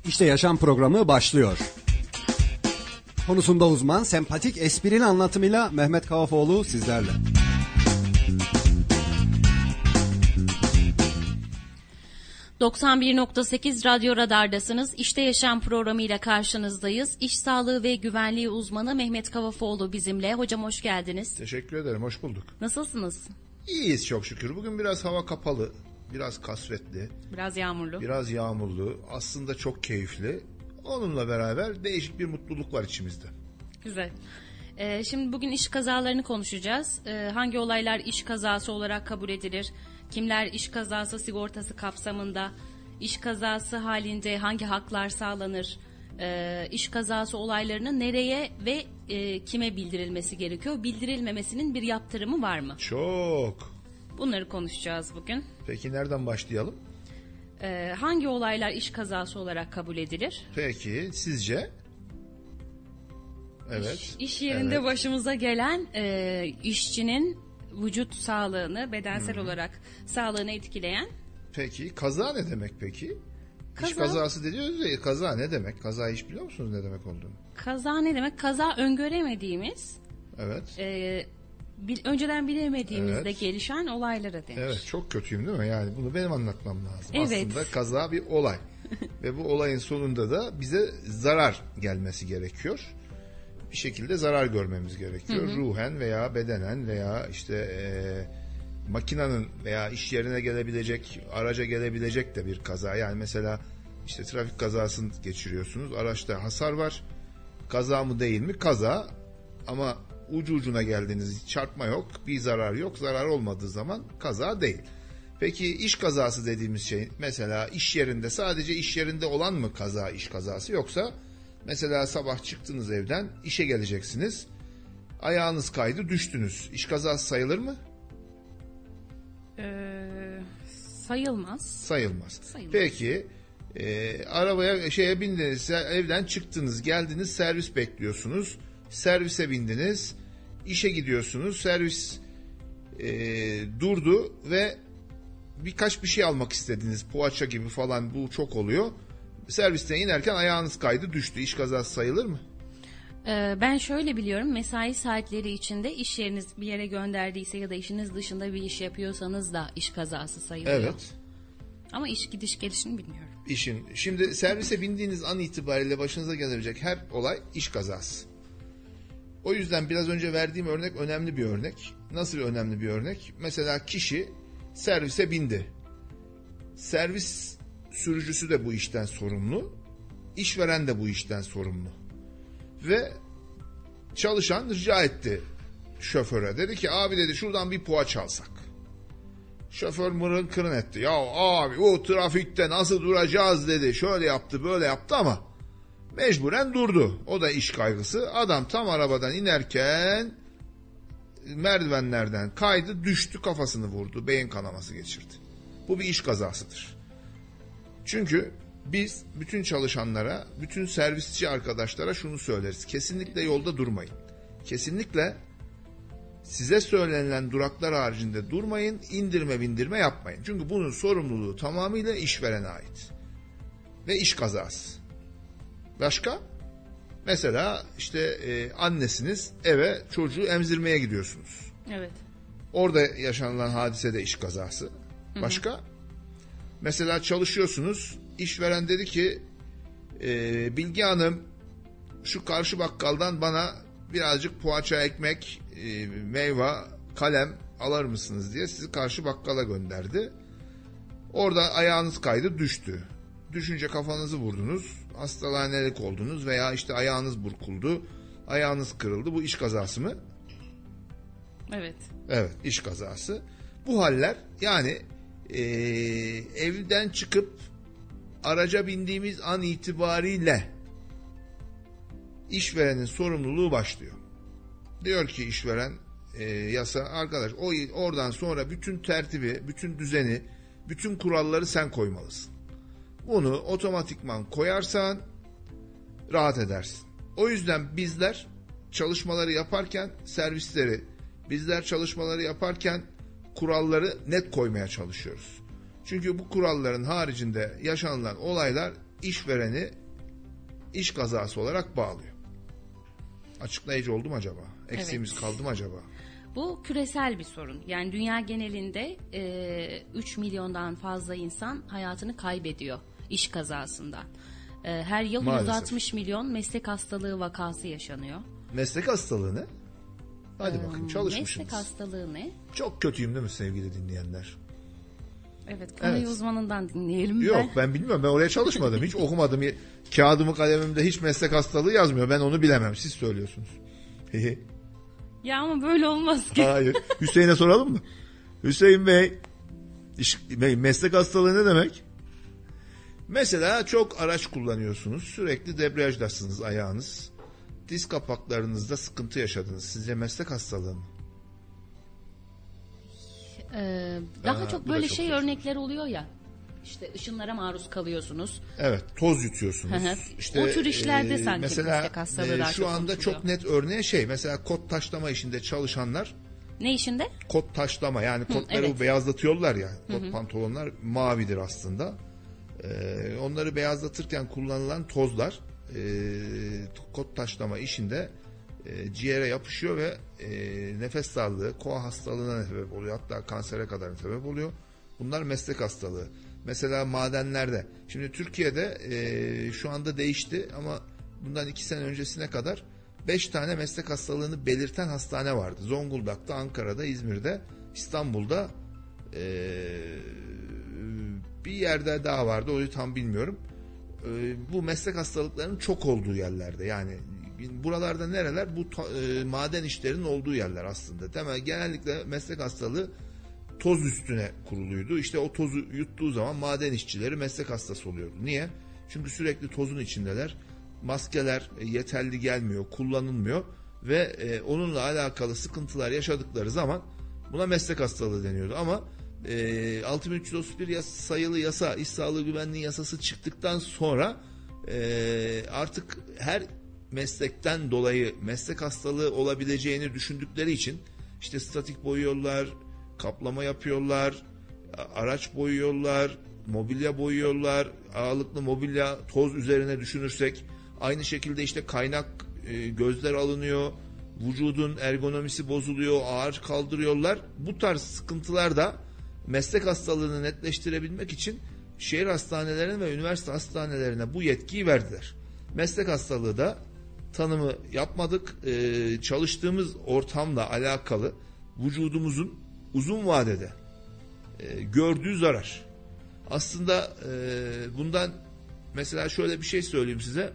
İşte Yaşam programı başlıyor. Konusunda uzman, sempatik, esprili anlatımıyla Mehmet Kavafoğlu sizlerle. ...91.8 Radyo Radar'dasınız. İşte Yaşam programıyla karşınızdayız. İş sağlığı ve güvenliği uzmanı Mehmet Kavafoğlu bizimle. Hocam hoş geldiniz. Teşekkür ederim, hoş bulduk. Nasılsınız? İyiyiz çok şükür. Bugün biraz hava kapalı, biraz kasvetli. Biraz yağmurlu. Aslında çok keyifli. Onunla beraber değişik bir mutluluk var içimizde. Güzel. Şimdi bugün iş kazalarını konuşacağız. Hangi olaylar iş kazası olarak kabul edilir? Kimler iş kazası sigortası kapsamında? İş kazası halinde hangi haklar sağlanır? İş kazası olaylarının nereye ve kime bildirilmesi gerekiyor? Bildirilmemesinin bir yaptırımı var mı? Çok. Bunları konuşacağız bugün. Peki nereden başlayalım? Hangi olaylar iş kazası olarak kabul edilir? Peki sizce? Evet. İş yerinde başımıza gelen işçinin vücut sağlığını, bedensel olarak sağlığını etkileyen. Peki kaza ne demek peki? İş kazası diyoruz ya, kaza ne demek? Kaza hiç biliyor musunuz ne demek olduğunu? Kaza ne demek? Kaza öngöremediğimiz, evet. Önceden bilemediğimizde gelişen olaylara denir. Evet, çok kötüyüm değil mi? Yani bunu benim anlatmam lazım. Evet. Aslında kaza bir olay. Ve bu olayın sonunda da bize zarar gelmesi gerekiyor. Bir şekilde zarar görmemiz gerekiyor. Hı hı. Ruhen veya bedenen veya işte makinenin veya iş yerine gelebilecek, araca gelebilecek de bir kaza. Yani mesela işte trafik kazasını geçiriyorsunuz. Araçta hasar var. Kaza mı değil mi? Kaza. Ama ucu ucuna geldiğiniz, çarpma yok, bir zarar yok. Zarar olmadığı zaman kaza değil. Peki iş kazası dediğimiz şey mesela iş yerinde, sadece iş yerinde olan mı kaza, iş kazası, yoksa mesela sabah çıktınız evden, işe geleceksiniz. Ayağınız kaydı, düştünüz. İş kazası sayılır mı? Sayılmaz. Sayılmaz. Peki arabaya bindiniz, evden çıktınız, geldiniz, servis bekliyorsunuz. Servise bindiniz, işe gidiyorsunuz. Servis durdu ve birkaç bir şey almak istediniz. Poğaça gibi falan, bu çok oluyor. Servisten inerken ayağınız kaydı, düştü. İş kazası sayılır mı? Ben şöyle biliyorum, mesai saatleri içinde iş yeriniz bir yere gönderdiyse ya da işiniz dışında bir iş yapıyorsanız da iş kazası sayılıyor. Evet. Ama iş gidiş gelişini bilmiyorum. Şimdi servise bindiğiniz an itibariyle başınıza gelebilecek her olay iş kazası. O yüzden biraz önce verdiğim örnek önemli bir örnek. Nasıl önemli bir örnek? Mesela kişi servise bindi. Servis sürücüsü de bu işten sorumlu. İşveren de bu işten sorumlu. Ve çalışan rica etti şoföre. Dedi ki abi, dedi, şuradan bir poğaça alsak. Şoför mırın kırın etti. Ya abi, o trafikte nasıl duracağız dedi. Şöyle yaptı, böyle yaptı ama mecburen durdu. O da iş kaygısı. Adam tam arabadan inerken merdivenlerden kaydı, düştü, kafasını vurdu, beyin kanaması geçirdi. Bu bir iş kazasıdır. Çünkü biz bütün çalışanlara, bütün servisçi arkadaşlara şunu söyleriz. Kesinlikle yolda durmayın. Kesinlikle size söylenilen duraklar haricinde durmayın, indirme bindirme yapmayın. Çünkü bunun sorumluluğu tamamıyla işverene ait. Ve iş kazası. Başka? Mesela işte annesiniz, eve çocuğu emzirmeye gidiyorsunuz. Evet. Orada yaşanılan hadise de iş kazası. Başka? Hı-hı. Mesela çalışıyorsunuz, işveren dedi ki Bilge Hanım, şu karşı bakkaldan bana birazcık poğaça, ekmek, meyve, kalem alır mısınız diye sizi karşı bakkala gönderdi. Orada ayağınız kaydı, düştü. Düşünce kafanızı vurdunuz, hastanelik oldunuz veya işte ayağınız burkuldu, ayağınız kırıldı. Bu iş kazası mı? Evet. Evet, iş kazası. Bu haller, yani evden çıkıp araca bindiğimiz an itibariyle işverenin sorumluluğu başlıyor. Diyor ki işveren, yasa, arkadaş, oradan sonra bütün tertibi, bütün düzeni, bütün kuralları sen koymalısın. Bunu otomatikman koyarsan rahat edersin. O yüzden bizler çalışmaları yaparken kuralları net koymaya çalışıyoruz. Çünkü bu kuralların haricinde yaşanılan olaylar işvereni iş kazası olarak bağlıyor. Açıklayıcı oldu mu acaba? Eksiğimiz kaldı mı acaba? Bu küresel bir sorun. Yani dünya genelinde 3 milyondan fazla insan hayatını kaybediyor iş kazasından. Her yıl Maalesef. 160 milyon meslek hastalığı vakası yaşanıyor. Meslek hastalığı ne? Hadi bakayım, çalışmışsınız. Meslek hastalığı ne? Çok kötüyüm değil mi sevgili dinleyenler? Evet, konuyu uzmanından dinleyelim. Yok, ben bilmiyorum. Ben oraya çalışmadım. Hiç okumadım. Kağıdımı kalemimde hiç meslek hastalığı yazmıyor. Ben onu bilemem. Siz söylüyorsunuz. Ya ama böyle olmaz ki. Hayır. Hüseyin'e soralım mı? Hüseyin Bey, meslek hastalığı ne demek? Mesela çok araç kullanıyorsunuz. Sürekli debriyajdasınız ayağınız. Diz kapaklarınızda sıkıntı yaşadınız. Sizce meslek hastalığı mı? Daha çok böyle çok şey saçma. örnekler oluyor ya. İşte ışınlara maruz kalıyorsunuz. Evet, toz yutuyorsunuz. O tür işlerde sanki mesela, meslek hastalığı daha şu çok anda konuşuluyor. çok net örneği mesela kod taşlama işinde çalışanlar, Ne işinde? kod taşlama, yani kodları evet. beyazlatıyorlar ya. Kod pantolonlar mavidir aslında. Onları beyazlatırken kullanılan tozlar kod taşlama işinde ciğere yapışıyor ve nefes darlığı, koa hastalığına sebep oluyor. Hatta kansere kadar sebep oluyor. Bunlar meslek hastalığı. Mesela madenlerde. Şimdi Türkiye'de şu anda değişti ama bundan 2 sene öncesine kadar 5 tane meslek hastalığını belirten hastane vardı. Zonguldak'ta, Ankara'da, İzmir'de, İstanbul'da, bir yerde daha vardı. Onu tam bilmiyorum. Bu meslek hastalıklarının çok olduğu yerlerde. Yani buralarda nereler? Bu maden işlerinin olduğu yerler aslında. Genellikle meslek hastalığı toz üstüne kuruluydu. İşte o tozu yuttuğu zaman maden işçileri meslek hastası oluyordu. Niye? Çünkü sürekli tozun içindeler. Maskeler yeterli gelmiyor, kullanılmıyor ve onunla alakalı sıkıntılar yaşadıkları zaman buna meslek hastalığı deniyordu. Ama 6331 sayılı yasa, iş sağlığı güvenliği yasası çıktıktan sonra artık her meslekten dolayı meslek hastalığı olabileceğini düşündükleri için işte statik boyuyorlar, kaplama yapıyorlar, araç boyuyorlar, mobilya boyuyorlar, ağırlıklı mobilya toz üzerine düşünürsek, aynı şekilde işte kaynak gözler alınıyor, vücudun ergonomisi bozuluyor, ağır kaldırıyorlar. Bu tarz sıkıntılar da meslek hastalığını netleştirebilmek için şehir hastanelerine ve üniversite hastanelerine bu yetkiyi verdiler. Meslek hastalığı da tanımı yapmadık. Çalıştığımız ortamla alakalı vücudumuzun uzun vadede gördüğü zarar. Aslında bundan mesela şöyle bir şey söyleyeyim size.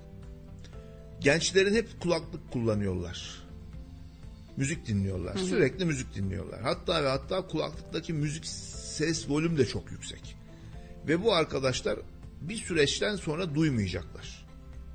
Gençlerin hep kulaklık kullanıyorlar. Müzik dinliyorlar. Sürekli müzik dinliyorlar. Hatta kulaklıktaki müzik ses volüm de çok yüksek. Ve bu arkadaşlar bir süreçten sonra duymayacaklar.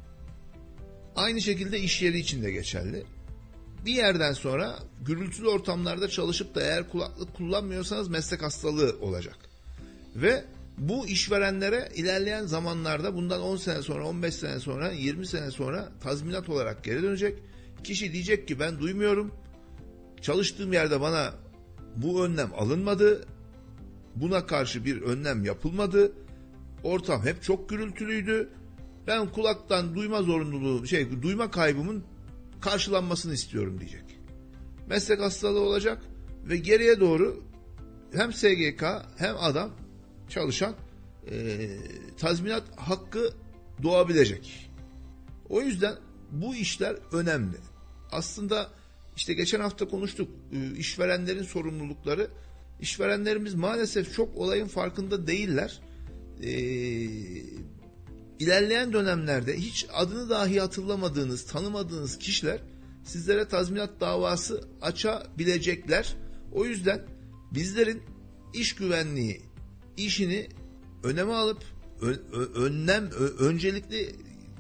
Aynı şekilde iş yeri için de geçerli. Bir yerden sonra gürültülü ortamlarda çalışıp da eğer kulaklık kullanmıyorsanız meslek hastalığı olacak. Ve bu işverenlere ilerleyen zamanlarda bundan 10 sene sonra, 15 sene sonra, 20 sene sonra tazminat olarak geri dönecek. Kişi diyecek ki ben duymuyorum. Çalıştığım yerde bana bu önlem alınmadı. Buna karşı bir önlem yapılmadı. Ortam hep çok gürültülüydü. Ben kulaktan duyma zorunluluğu, duyma kaybımın karşılanmasını istiyorum diyecek. Meslek hastalığı olacak ve geriye doğru hem SGK hem adam çalışan tazminat hakkı doğabilecek. O yüzden bu işler önemli. Aslında işte geçen hafta konuştuk, işverenlerin sorumlulukları. İşverenlerimiz maalesef çok olayın farkında değiller. İlerleyen dönemlerde hiç adını dahi hatırlamadığınız, tanımadığınız kişiler sizlere tazminat davası açabilecekler. O yüzden bizlerin iş güvenliği işini öneme alıp öncelikli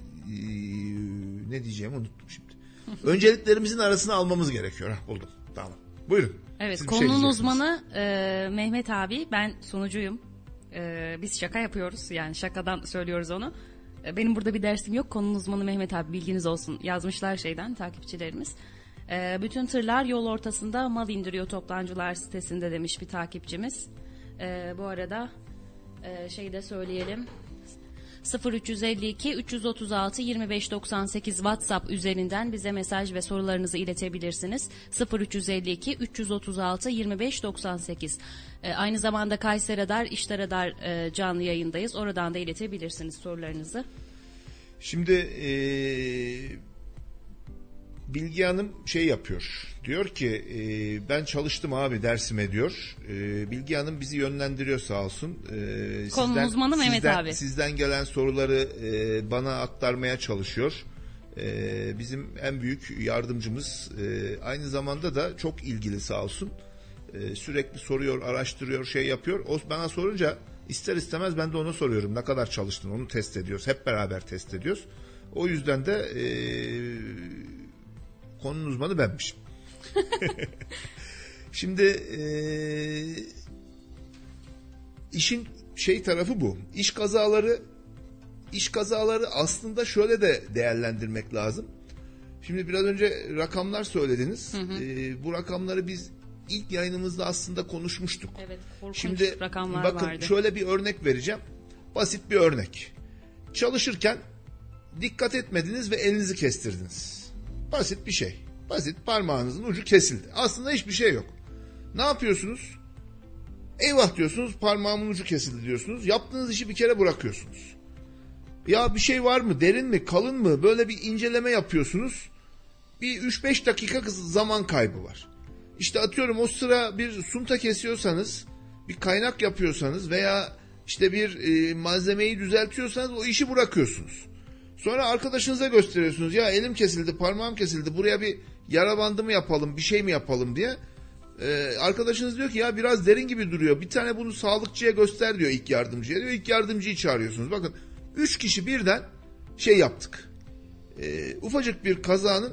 ne diyeceğimi unuttum şimdi. Önceliklerimizin arasına almamız gerekiyor. Buldum. Tamam. Buyurun. Evet, Siz konunun uzmanı Mehmet abi, ben sunucuyum. Biz şaka yapıyoruz, yani şakadan söylüyoruz onu. Benim burada bir dersim yok, konunun uzmanı Mehmet abi, bilginiz olsun, yazmışlar takipçilerimiz. Bütün tırlar yol ortasında mal indiriyor toptancılar sitesinde demiş bir takipçimiz. Bu arada de söyleyelim. 0352 336 2598 WhatsApp üzerinden bize mesaj ve sorularınızı iletebilirsiniz. 0352 336 2598. Aynı zamanda Kayseri Radar, İşte Radar canlı yayındayız. Oradan da iletebilirsiniz sorularınızı. Şimdi Bilge Hanım şey yapıyor. Diyor ki ben çalıştım abi dersime diyor. Bilge Hanım bizi yönlendiriyor sağ olsun. Konunun uzmanı Mehmet abi. Sizden gelen soruları bana aktarmaya çalışıyor. Bizim en büyük yardımcımız. Aynı zamanda da çok ilgili sağ olsun. Sürekli soruyor, araştırıyor, şey yapıyor. O bana sorunca ister istemez ben de ona soruyorum. Ne kadar çalıştın onu test ediyoruz. Hep beraber test ediyoruz. O yüzden de konunun uzmanı benmişim. Şimdi işin şey tarafı bu. İş kazaları aslında şöyle de değerlendirmek lazım. Şimdi biraz önce rakamlar söylediniz. Bu rakamları biz ilk yayınımızda aslında konuşmuştuk. Evet, korkunç şimdi rakamlar bakın vardı. şöyle bir örnek vereceğim. Basit bir örnek. Çalışırken dikkat etmediniz ve elinizi kestirdiniz. Basit bir şey. Basit, parmağınızın ucu kesildi. Aslında hiçbir şey yok. Ne yapıyorsunuz? Eyvah diyorsunuz, parmağımın ucu kesildi diyorsunuz. Yaptığınız işi bir kere bırakıyorsunuz. Ya bir şey var mı? Derin mi? Kalın mı? Böyle bir inceleme yapıyorsunuz. Bir 3-5 dakika zaman kaybı var. İşte atıyorum o sıra bir sunta kesiyorsanız, bir kaynak yapıyorsanız veya işte bir malzemeyi düzeltiyorsanız o işi bırakıyorsunuz. Sonra arkadaşınıza gösteriyorsunuz. Ya elim kesildi, parmağım kesildi. Buraya bir yara bandı mı yapalım, bir şey mi yapalım diye. Arkadaşınız diyor ki ya biraz derin gibi duruyor. Bir tane bunu sağlıkçıya göster diyor, ilk yardımcıya diyor. İlk yardımcıyı çağırıyorsunuz. Bakın 3 kişi birden şey yaptık. Ufacık bir kazanın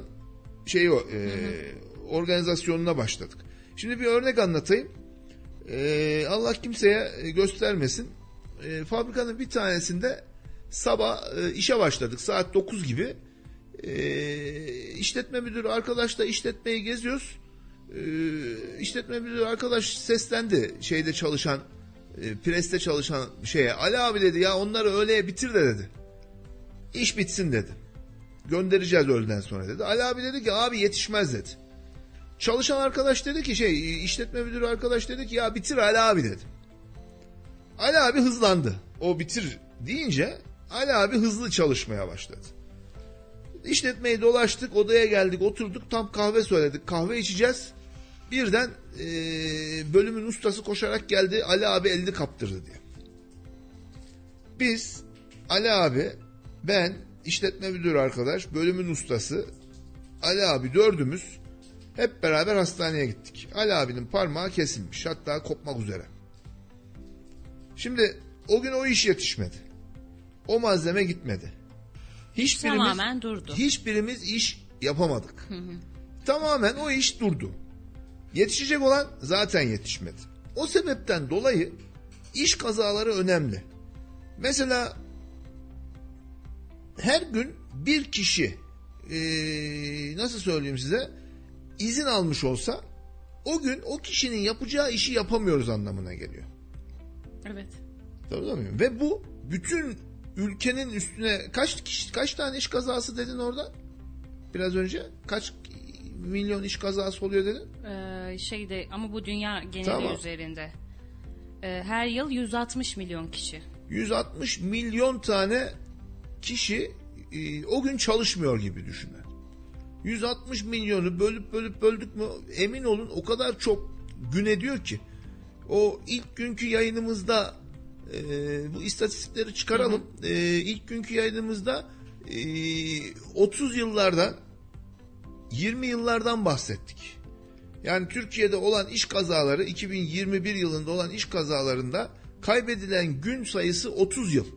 organizasyonuna başladık. Şimdi bir örnek anlatayım. Allah kimseye göstermesin. Fabrikanın bir tanesinde sabah işe başladık. Saat 9 gibi. İşletme müdürü arkadaşla işletmeyi geziyoruz. İşletme müdürü arkadaş seslendi. Şeyde çalışan, preste çalışan şeye. Ali abi dedi ya onları öğleye bitir de dedi. İş bitsin dedi. Göndereceğiz öğleden sonra dedi. Ali abi dedi ki abi yetişmez dedi. Çalışan arkadaş dedi ki işletme müdürü arkadaş dedi ki ya bitir Ali abi dedi. Ali abi hızlandı. O bitir deyince Ali abi hızlı çalışmaya başladı. İşletmeyi dolaştık, odaya geldik, oturduk, tam kahve söyledik. Kahve içeceğiz. Birden bölümün ustası koşarak geldi. Ali abi elini kaptırdı diye. Biz, Ali abi, ben, işletme müdürü arkadaş, bölümün ustası, Ali abi dördümüz hep beraber hastaneye gittik. Ali abinin parmağı kesilmiş. Hatta kopmak üzere. Şimdi o gün o iş yetişmedi. O malzeme gitmedi. Tamamen durdu. Hiçbirimiz iş yapamadık. Tamamen o iş durdu. Yetişecek olan zaten yetişmedi. O sebepten dolayı iş kazaları önemli. Mesela her gün bir kişi nasıl söyleyeyim size, izin almış olsa o gün o kişinin yapacağı işi yapamıyoruz anlamına geliyor. Evet. Tabii mi? Ve bu bütün ülkenin üstüne kaç tane iş kazası dedin orada? Biraz önce kaç milyon iş kazası oluyor dedin? Ama bu dünya geneli tamam. Üzerinde. Her yıl 160 milyon kişi. 160 milyon tane kişi o gün çalışmıyor gibi düşünün. 160 milyonu böldük mü emin olun o kadar çok gün ediyor ki. O ilk günkü yayınımızda bu istatistikleri çıkaralım. İlk günkü yayınımızda 30 yıllardan 20 yıllardan bahsettik. Yani Türkiye'de olan iş kazaları 2021 yılında olan iş kazalarında kaybedilen gün sayısı 30 yıl.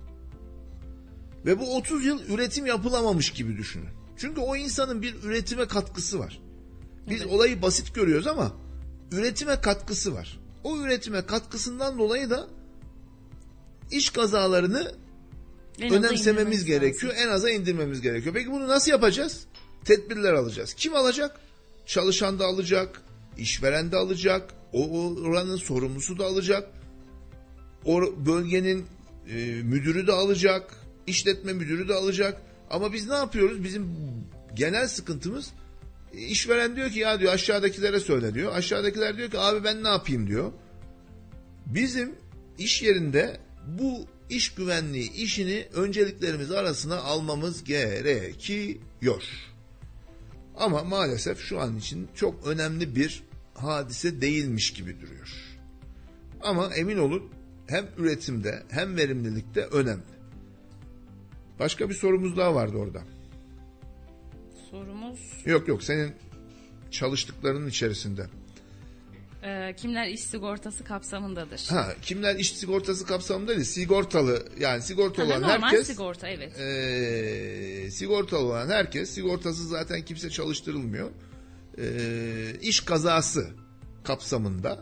Ve bu 30 yıl üretim yapılamamış gibi düşünün. Çünkü o insanın bir üretime katkısı var. Biz olayı basit görüyoruz ama üretime katkısı var. O üretime katkısından dolayı da iş kazalarını önemsememiz gerekiyor. En aza indirmemiz gerekiyor. Peki bunu nasıl yapacağız? Tedbirler alacağız. Kim alacak? Çalışan da alacak, işveren de alacak, oranın sorumlusu da alacak. O bölgenin müdürü de alacak, işletme müdürü de alacak. Ama biz ne yapıyoruz? Bizim genel sıkıntımız, işveren diyor ki ya diyor aşağıdakilere söyle diyor. Aşağıdakiler diyor ki abi ben ne yapayım diyor. Bizim iş yerinde bu iş güvenliği işini önceliklerimiz arasına almamız gerekiyor. Ama maalesef şu an için çok önemli bir hadise değilmiş gibi duruyor. Ama emin olun hem üretimde hem verimlilikte önemli. Başka bir sorumuz daha vardı orada. Sorumuz Yok senin çalıştıklarının içerisinde. kimler iş sigortası kapsamındadır? Kimler iş sigortası kapsamında değil, sigortalı yani sigortalı olan Normal herkes. sigorta, evet. Sigortalı olan herkes, sigortasız zaten kimse çalıştırılmıyor. İş kazası kapsamında.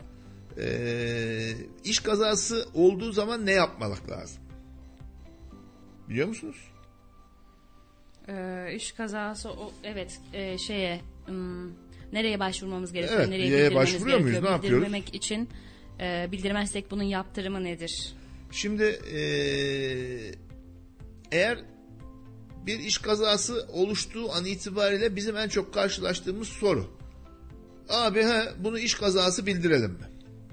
İş kazası olduğu zaman ne yapmak lazım? Biliyor musunuz? İş kazası evet nereye başvurmamız gerekiyor? Evet, nereye yaya bildirmemiz başvuruyor muyuz? gerekiyor? Ne yapıyoruz? Bildirmemek için bildirmezsek bunun yaptırımı nedir? Şimdi eğer bir iş kazası oluştuğu an itibariyle bizim en çok karşılaştığımız soru. Abi bunu iş kazası bildirelim mi?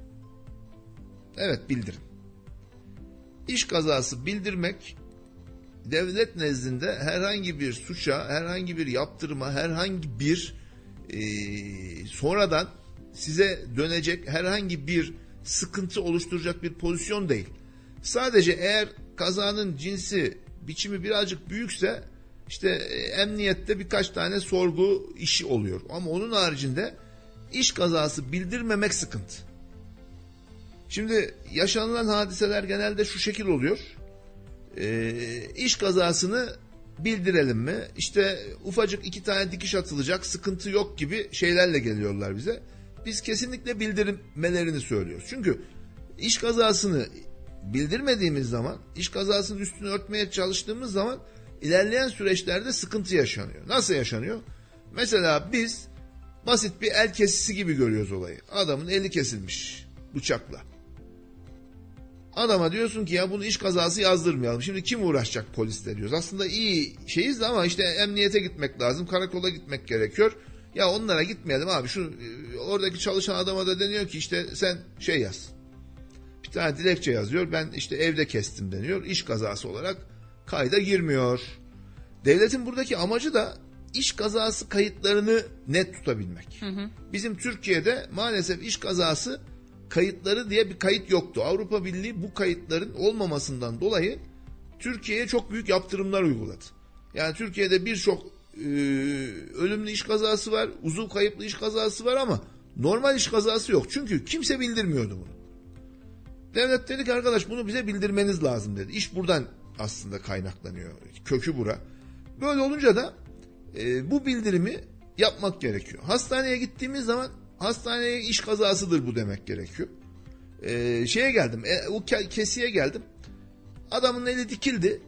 Evet, bildirin. İş kazası bildirmek devlet nezdinde herhangi bir suça, herhangi bir yaptırıma, herhangi bir sonradan size dönecek herhangi bir sıkıntı oluşturacak bir pozisyon değil. Sadece eğer kazanın cinsi, biçimi birazcık büyükse işte emniyette birkaç tane sorgu işi oluyor. Ama onun haricinde iş kazası bildirmemek sıkıntı. Şimdi yaşanılan hadiseler genelde şu şekil oluyor. İş kazasını bildirelim mi? İşte ufacık 2 tane dikiş atılacak, sıkıntı yok gibi şeylerle geliyorlar bize. Biz kesinlikle bildirmelerini söylüyoruz. Çünkü iş kazasını bildirmediğimiz zaman, iş kazasının üstünü örtmeye çalıştığımız zaman ilerleyen süreçlerde sıkıntı yaşanıyor. Nasıl yaşanıyor? Mesela biz basit bir el kesisi gibi görüyoruz olayı. Adamın eli kesilmiş bıçakla. Adama diyorsun ki ya bunu iş kazası yazdırmayalım. Şimdi kim uğraşacak polisle diyoruz. Aslında iyi şeyiz de ama işte emniyete gitmek lazım. Karakola gitmek gerekiyor. Ya onlara gitmeyelim abi. Şu oradaki çalışan adama da deniyor ki işte sen şey yaz. Bir tane dilekçe yazıyor. Ben işte evde kestim deniyor. İş kazası olarak kayda girmiyor. Devletin buradaki amacı da iş kazası kayıtlarını net tutabilmek. Bizim Türkiye'de maalesef iş kazası kayıtları diye bir kayıt yoktu. Avrupa Birliği bu kayıtların olmamasından dolayı Türkiye'ye çok büyük yaptırımlar uyguladı. Yani Türkiye'de birçok ölümlü iş kazası var, uzuv kayıplı iş kazası var ama normal iş kazası yok. Çünkü kimse bildirmiyordu bunu. Devlet dedi ki arkadaş bunu bize bildirmeniz lazım dedi. İş buradan aslında kaynaklanıyor. Kökü bura. Böyle olunca da bu bildirimi yapmak gerekiyor. Hastaneye gittiğimiz zaman hastaneye iş kazasıdır bu demek gerekiyor. Şeye geldim, o kesiye geldim. Adamın eli dikildi.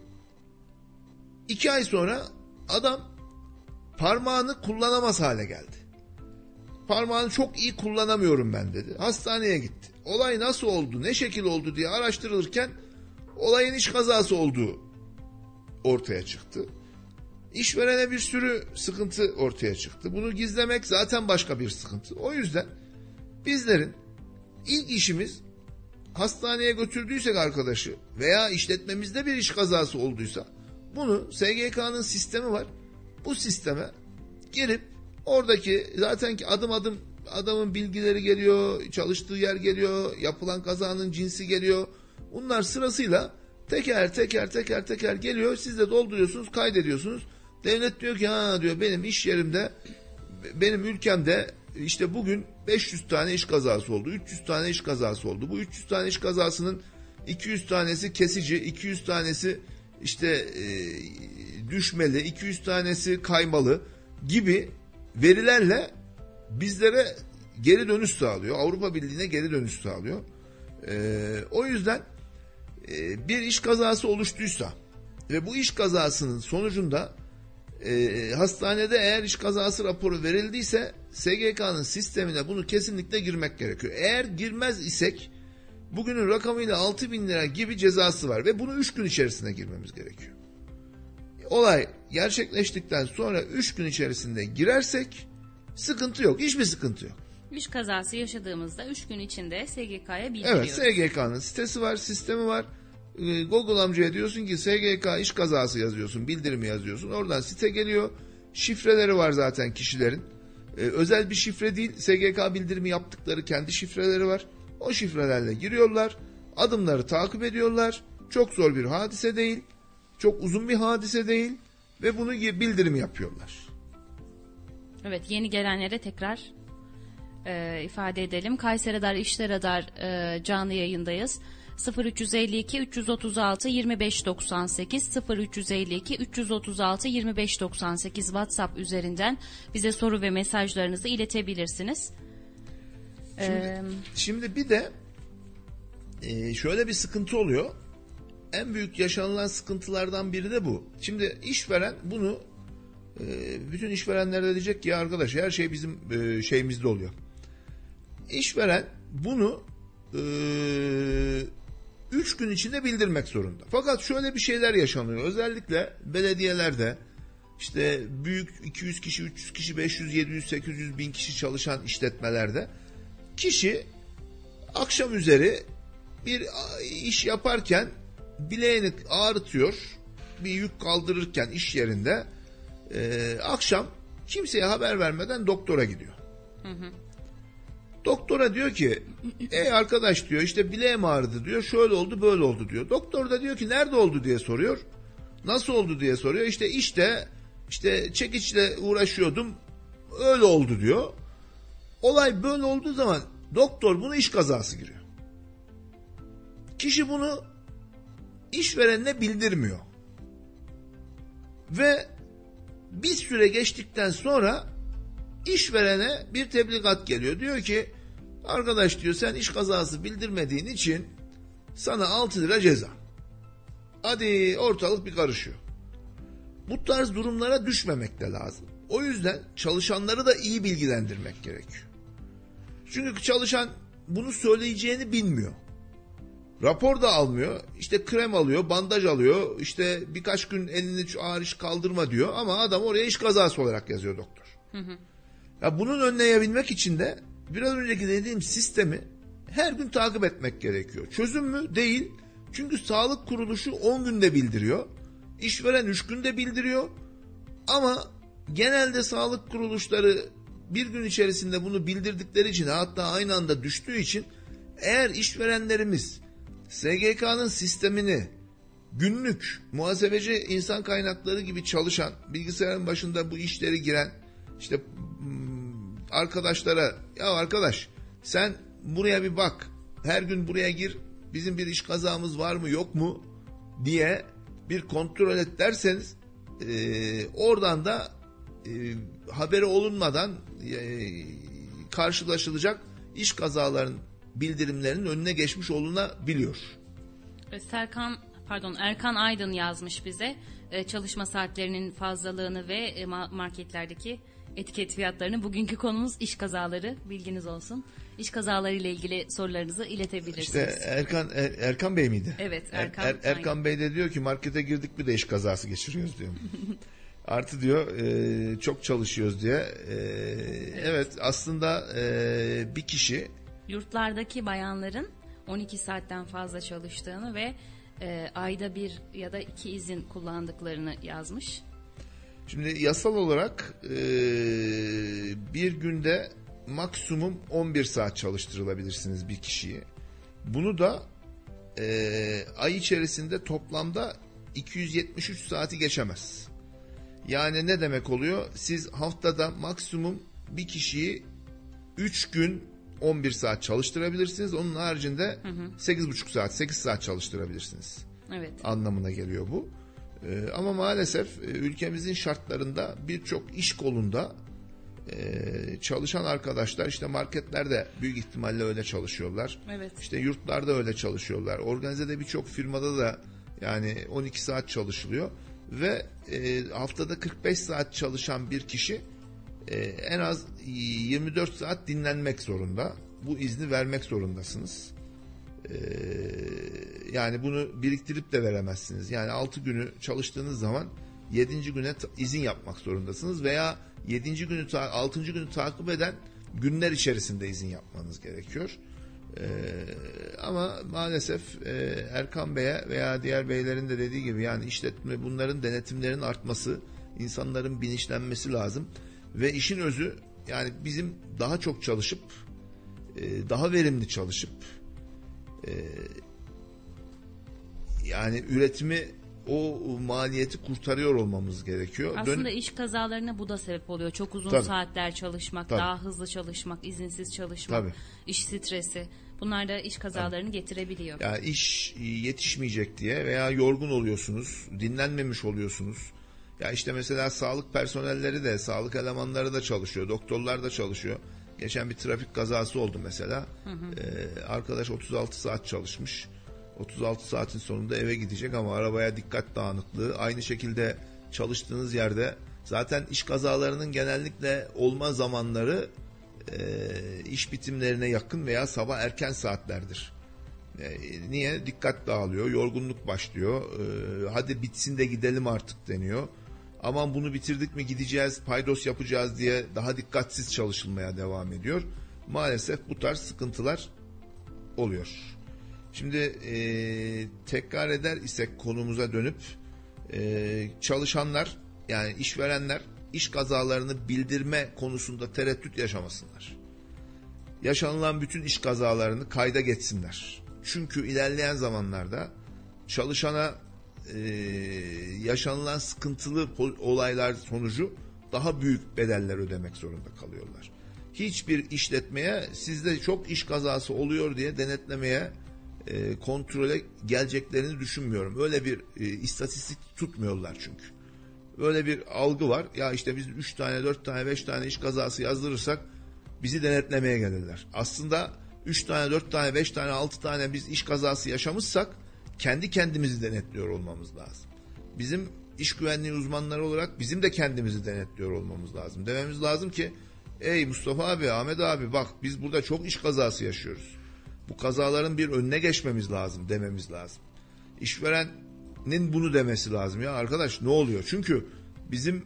2 ay sonra adam parmağını kullanamaz hale geldi. Parmağını çok iyi kullanamıyorum ben dedi. Hastaneye gitti. Olay nasıl oldu, ne şekil oldu diye araştırılırken olayın iş kazası olduğu ortaya çıktı. İşverene bir sürü sıkıntı ortaya çıktı. Bunu gizlemek zaten başka bir sıkıntı. O yüzden bizlerin ilk işimiz hastaneye götürdüysek arkadaşı veya işletmemizde bir iş kazası olduysa bunu SGK'nın sistemi var. Bu sisteme girip oradaki zaten ki adım adım adamın bilgileri geliyor, çalıştığı yer geliyor, yapılan kazanın cinsi geliyor. Bunlar sırasıyla teker teker geliyor. Siz de dolduruyorsunuz, kaydediyorsunuz. Devlet diyor ki diyor benim iş yerimde, benim ülkemde işte bugün 500 tane iş kazası oldu, 300 tane iş kazası oldu. Bu 300 tane iş kazasının 200 tanesi kesici, 200 tanesi işte düşmeli, 200 tanesi kaymalı gibi verilerle bizlere geri dönüş sağlıyor. Avrupa Birliği'ne geri dönüş sağlıyor. O yüzden bir iş kazası oluştuysa ve bu iş kazasının sonucunda hastanede eğer iş kazası raporu verildiyse SGK'nın sistemine bunu kesinlikle girmek gerekiyor. Eğer girmez isek bugünün rakamıyla 6.000 lira gibi cezası var ve bunu 3 gün içerisinde girmemiz gerekiyor. Olay gerçekleştikten sonra 3 gün içerisinde girersek sıkıntı yok. Hiçbir sıkıntı yok. İş kazası yaşadığımızda 3 gün içinde SGK'ya bildiriyoruz. Evet, SGK'nın sitesi var, sistemi var. Google amcaya diyorsun ki SGK iş kazası yazıyorsun, bildirimi yazıyorsun. Oradan site geliyor. Şifreleri var zaten kişilerin. Özel bir şifre değil, SGK bildirimi yaptıkları kendi şifreleri var. O şifrelerle giriyorlar. Adımları takip ediyorlar. Çok zor bir hadise değil. Çok uzun bir hadise değil. Ve bunu bildirimi yapıyorlar. Evet, yeni gelenlere tekrar ifade edelim. Kayseri Radar, İşte Radar canlı yayındayız. 0352 336 2598 0352 336 2598 WhatsApp üzerinden bize soru ve mesajlarınızı iletebilirsiniz. Şimdi bir de şöyle bir sıkıntı oluyor. En büyük yaşanılan sıkıntılardan biri de bu. Şimdi işveren bunu bütün işverenler de diyecek ki ya arkadaş her şey bizim şeyimizde oluyor. İşveren bunu 3 gün içinde bildirmek zorunda. Fakat şöyle bir şeyler yaşanıyor. Özellikle belediyelerde işte büyük 200 kişi, 300 kişi, 500, 700, 800 bin kişi çalışan işletmelerde kişi akşam üzeri bir iş yaparken bileğini ağrıtıyor, bir yük kaldırırken iş yerinde akşam kimseye haber vermeden doktora gidiyor. Doktora diyor ki ey arkadaş diyor işte bileğim ağrıdı diyor, şöyle oldu böyle oldu diyor. Doktor da diyor ki nerede oldu diye soruyor. Nasıl oldu diye soruyor. İşte çekiçle uğraşıyordum öyle oldu diyor. Olay böyle olduğu zaman doktor bunu iş kazası giriyor. Kişi bunu işverenine bildirmiyor. Ve bir süre geçtikten sonra işverene bir tebligat geliyor. Diyor ki arkadaş diyor sen iş kazası bildirmediğin için sana 6 lira ceza. Hadi ortalık bir karışıyor. Bu tarz durumlara düşmemek de lazım. O yüzden çalışanları da iyi bilgilendirmek gerekiyor. Çünkü çalışan bunu söyleyeceğini bilmiyor. Rapor da almıyor. İşte krem alıyor, bandaj alıyor. İşte birkaç gün elini ağır iş kaldırma diyor. Ama adam oraya iş kazası olarak yazıyor doktor. Ya bunun önleyebilmek için de biraz önceki dediğim sistemi her gün takip etmek gerekiyor. Çözüm mü? Değil. Çünkü sağlık kuruluşu 10 günde bildiriyor. İşveren 3 günde bildiriyor. Ama genelde sağlık kuruluşları bir gün içerisinde bunu bildirdikleri için, hatta aynı anda düştüğü için, eğer işverenlerimiz SGK'nın sistemini günlük muhasebeci insan kaynakları gibi çalışan, bilgisayarın başında bu işleri giren işte arkadaşlara ya arkadaş sen buraya bir bak, her gün buraya gir, bizim bir iş kazamız var mı yok mu diye bir kontrol et derseniz oradan da haberi olunmadan karşılaşılacak iş kazalarının bildirimlerinin önüne geçmiş olunabiliyor. Erkan Aydın yazmış bize çalışma saatlerinin fazlalığını ve marketlerdeki etiket fiyatlarını. Bugünkü konumuz iş kazaları, bilginiz olsun. İş kazaları ile ilgili sorularınızı iletebilirsiniz. İşte Erkan Bey miydi? Evet, Erkan. Erkan Bey de diyor ki markete girdik bir de iş kazası geçiriyoruz diyor. Artı diyor çok çalışıyoruz diye. Evet aslında bir kişi yurtlardaki bayanların 12 saatten fazla çalıştığını ve ayda bir ya da 2 izin kullandıklarını yazmış. Şimdi yasal olarak bir günde maksimum 11 saat çalıştırılabilirsiniz bir kişiyi. Bunu da ay içerisinde toplamda 273 saati geçemez. Yani ne demek oluyor? Siz haftada maksimum bir kişiyi 3 gün 11 saat çalıştırabilirsiniz. Onun haricinde 8,5 saat, 8 saat çalıştırabilirsiniz. Evet. Anlamına geliyor bu. Ama maalesef ülkemizin şartlarında birçok iş kolunda çalışan arkadaşlar, işte marketlerde büyük ihtimalle öyle çalışıyorlar. Evet. İşte yurtlarda öyle çalışıyorlar. Organizede birçok firmada da yani 12 saat çalışılıyor ve haftada 45 saat çalışan bir kişi en az 24 saat dinlenmek zorunda. Bu izni vermek zorundasınız. Yani bunu biriktirip de veremezsiniz. Yani 6 günü çalıştığınız zaman 7. güne izin yapmak zorundasınız veya 7. günü 6. günü takip eden günler içerisinde izin yapmanız gerekiyor. Ama maalesef Erkan Bey'e veya diğer beylerin de dediği gibi yani işletme bunların denetimlerin artması, insanların bilinçlenmesi lazım ve işin özü yani bizim daha çok çalışıp daha verimli çalışıp yani üretimi o maliyeti kurtarıyor olmamız gerekiyor. Aslında iş kazalarına bu da sebep oluyor. Çok uzun Tabii. saatler çalışmak, Tabii. daha hızlı çalışmak, izinsiz çalışmak, Tabii. iş stresi. Bunlar da iş kazalarını getirebiliyor. Yani iş yetişmeyecek diye veya yorgun oluyorsunuz, dinlenmemiş oluyorsunuz. Ya işte mesela sağlık personelleri de, sağlık elemanları da çalışıyor, doktorlar da çalışıyor. Geçen bir trafik kazası oldu mesela. Arkadaş 36 saat çalışmış. 36 saatin sonunda eve gidecek ama arabaya dikkat dağınıklığı. Aynı şekilde çalıştığınız yerde zaten iş kazalarının genellikle olma zamanları iş bitimlerine yakın veya sabah erken saatlerdir. Niye? Dikkat dağılıyor, yorgunluk başlıyor. Hadi bitsin de gidelim artık deniyor. Aman bunu bitirdik mi gideceğiz, paydos yapacağız diye daha dikkatsiz çalışılmaya devam ediyor. Maalesef bu tarz sıkıntılar oluyor. Şimdi tekrar eder isek konumuza dönüp çalışanlar yani işverenler iş kazalarını bildirme konusunda tereddüt yaşamasınlar. Yaşanılan bütün iş kazalarını kayda geçsinler. Çünkü ilerleyen zamanlarda çalışana yaşanılan sıkıntılı olaylar sonucu daha büyük bedeller ödemek zorunda kalıyorlar. Hiçbir işletmeye sizde çok iş kazası oluyor diye denetlemeye kontrole geleceklerini düşünmüyorum. Öyle bir istatistik tutmuyorlar çünkü. Öyle bir algı var. Ya işte biz 3 tane, 4 tane, 5 tane iş kazası yazdırırsak bizi denetlemeye gelirler. Aslında 3 tane, 4 tane, 5 tane, 6 tane biz iş kazası yaşamışsak kendi kendimizi denetliyor olmamız lazım. Bizim iş güvenliği uzmanları olarak bizim de kendimizi denetliyor olmamız lazım. Dememiz lazım ki ey Mustafa abi, Ahmet abi bak biz burada çok iş kazası yaşıyoruz. Bu kazaların bir önüne geçmemiz lazım dememiz lazım. İşverenin bunu demesi lazım. Ya arkadaş ne oluyor? Çünkü bizim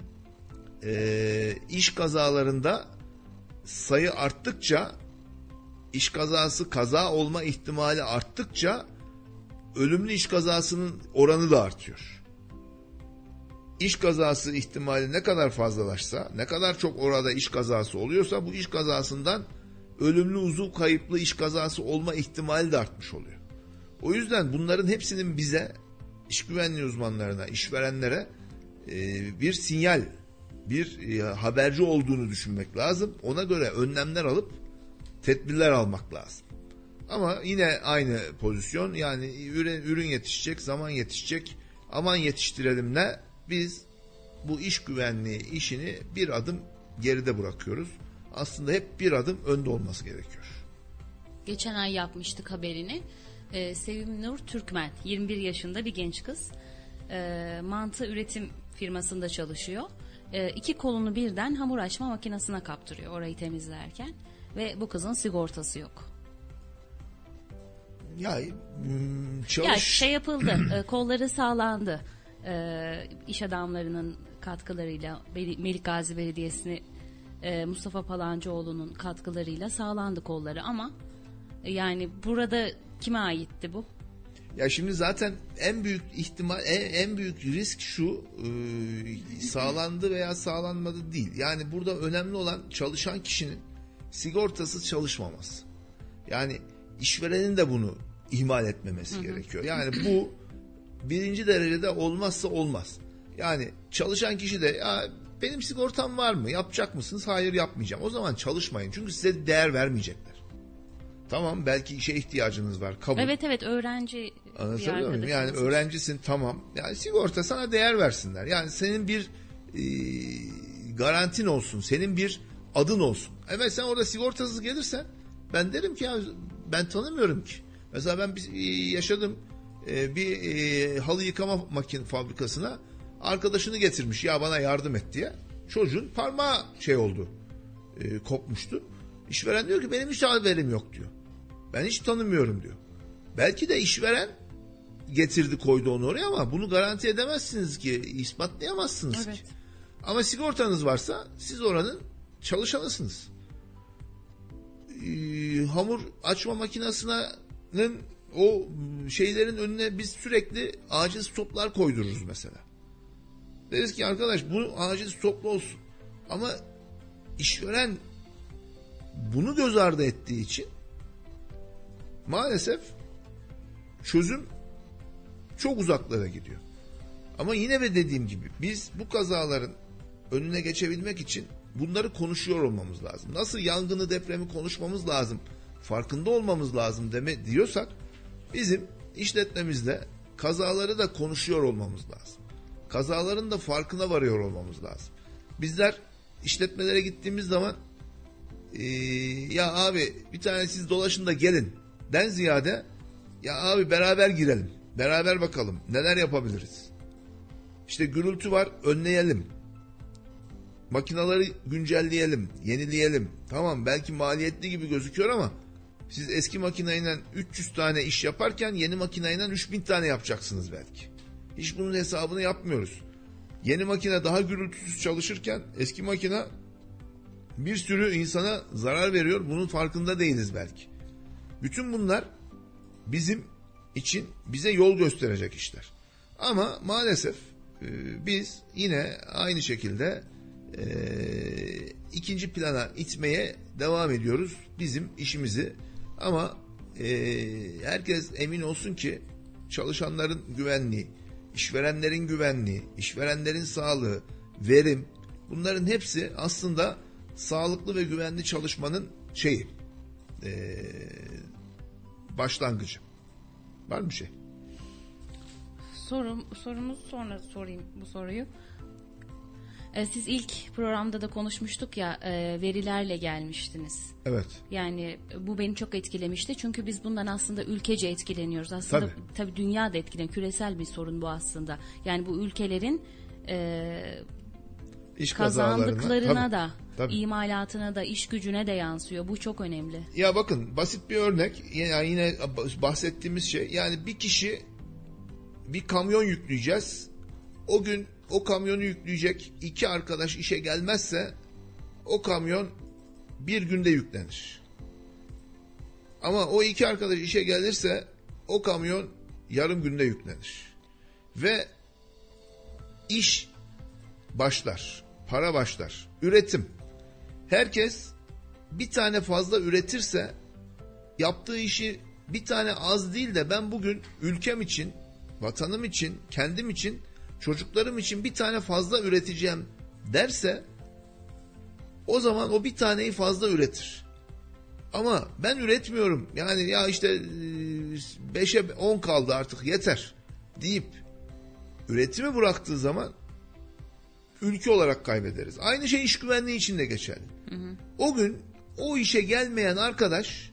iş kazalarında sayı arttıkça iş kazası kaza olma ihtimali arttıkça ölümlü iş kazasının oranı da artıyor. İş kazası ihtimali ne kadar fazlalaşsa, ne kadar çok orada iş kazası oluyorsa bu iş kazasından ölümlü uzuv kayıplı iş kazası olma ihtimali de artmış oluyor. O yüzden bunların hepsinin bize, iş güvenliği uzmanlarına, işverenlere bir sinyal, bir haberci olduğunu düşünmek lazım. Ona göre önlemler alıp tedbirler almak lazım. Ama yine aynı pozisyon yani ürün yetişecek, zaman yetişecek, aman yetiştirelim ne? Biz bu iş güvenliği işini bir adım geride bırakıyoruz. Aslında hep bir adım önde olması gerekiyor. Geçen ay yapmıştık haberini. Sevim Nur Türkmen, 21 yaşında bir genç kız. Mantı üretim firmasında çalışıyor. 2 kolunu birden hamur açma makinesine kaptırıyor orayı temizlerken. Ve bu kızın sigortası yok. Ya şey yapıldı, kolları sağlandı. İş adamlarının katkılarıyla, Melikgazi Belediyesi'ni Mustafa Palancıoğlu'nun katkılarıyla sağlandı kolları ama yani burada kime aitti bu? Ya şimdi zaten en büyük ihtimal, en büyük risk şu, sağlandı veya sağlanmadı değil. Yani burada önemli olan çalışan kişinin sigortasız çalışmaması. Yani işverenin de bunu ihmal etmemesi gerekiyor. Yani bu birinci derecede olmazsa olmaz. Yani çalışan kişi de ya benim sigortam var mı? Yapacak mısınız? Hayır yapmayacağım. O zaman çalışmayın. Çünkü size değer vermeyecekler. Tamam belki işe ihtiyacınız var. Kabul. Evet öğrenci bir arkadaşımız. Yani öğrencisin tamam. Yani sigorta sana değer versinler. Yani senin bir garantin olsun. Senin bir adın olsun. Evet sen orada sigortasız gelirsen ben derim ki ya ben tanımıyorum ki. Mesela ben yaşadım bir halı yıkama fabrikasına arkadaşını getirmiş ya bana yardım et diye. Çocuğun parmağı oldu. Kopmuştu. İşveren diyor ki benim hiç haberim yok diyor. Ben hiç tanımıyorum diyor. Belki de işveren getirdi koydu onu oraya ama bunu garanti edemezsiniz ki, ispatlayamazsınız Evet. ki. Ama sigortanız varsa siz oranın çalışanısınız. Hamur açma makinesinin o şeylerin önüne biz sürekli acil stoplar koydururuz mesela. Deriz ki arkadaş bu acil stoplu olsun. Ama işveren bunu göz ardı ettiği için maalesef çözüm çok uzaklara gidiyor. Ama yine de dediğim gibi biz bu kazaların önüne geçebilmek için bunları konuşuyor olmamız lazım. Nasıl yangını, depremi konuşmamız lazım, farkında olmamız lazım diyorsak bizim işletmemizde kazaları da konuşuyor olmamız lazım. Kazaların da farkına varıyor olmamız lazım. Bizler işletmelere gittiğimiz zaman ya abi bir tane siz dolaşın da gelin den ziyade ya abi beraber girelim, beraber bakalım neler yapabiliriz. İşte gürültü var, önleyelim. Makinaları güncelleyelim, yenileyelim. Tamam belki maliyetli gibi gözüküyor ama siz eski makineyle 300 tane iş yaparken yeni makineyle 3000 tane yapacaksınız belki. Hiç bunun hesabını yapmıyoruz. Yeni makine daha gürültüsüz çalışırken eski makine bir sürü insana zarar veriyor. Bunun farkında değiliz belki. Bütün bunlar bizim için bize yol gösterecek işler. Ama maalesef biz yine aynı şekilde ikinci plana itmeye devam ediyoruz bizim işimizi. Ama herkes emin olsun ki çalışanların güvenliği, işverenlerin güvenliği, işverenlerin sağlığı, verim, bunların hepsi aslında sağlıklı ve güvenli çalışmanın başlangıcı. Var mı bir şey? Sorumuz sonra sorayım bu soruyu. Siz ilk programda da konuşmuştuk ya, verilerle gelmiştiniz. Evet. Yani bu beni çok etkilemişti. Çünkü biz bundan aslında ülkece etkileniyoruz. Aslında tabii dünya da etkileniyor. Küresel bir sorun bu aslında. Yani bu ülkelerin İş kazandıklarına da, imalatına da, iş gücüne de yansıyor. Bu çok önemli. Ya bakın basit bir örnek. Yani yine bahsettiğimiz şey. Yani bir kişi bir kamyon yükleyeceğiz. O gün o kamyonu yükleyecek 2 arkadaş işe gelmezse o kamyon bir günde yüklenir. Ama o 2 arkadaş işe gelirse o kamyon yarım günde yüklenir. Ve iş başlar, para başlar, üretim. Herkes bir tane fazla üretirse yaptığı işi bir tane az değil de ben bugün ülkem için, vatanım için, kendim için, çocuklarım için bir tane fazla üreteceğim derse o zaman o bir taneyi fazla üretir. Ama ben üretmiyorum yani ya işte 5'e 10 kaldı artık yeter deyip üretimi bıraktığı zaman ülke olarak kaybederiz. Aynı şey iş güvenliği için de geçerli. Hı hı. O gün o işe gelmeyen arkadaş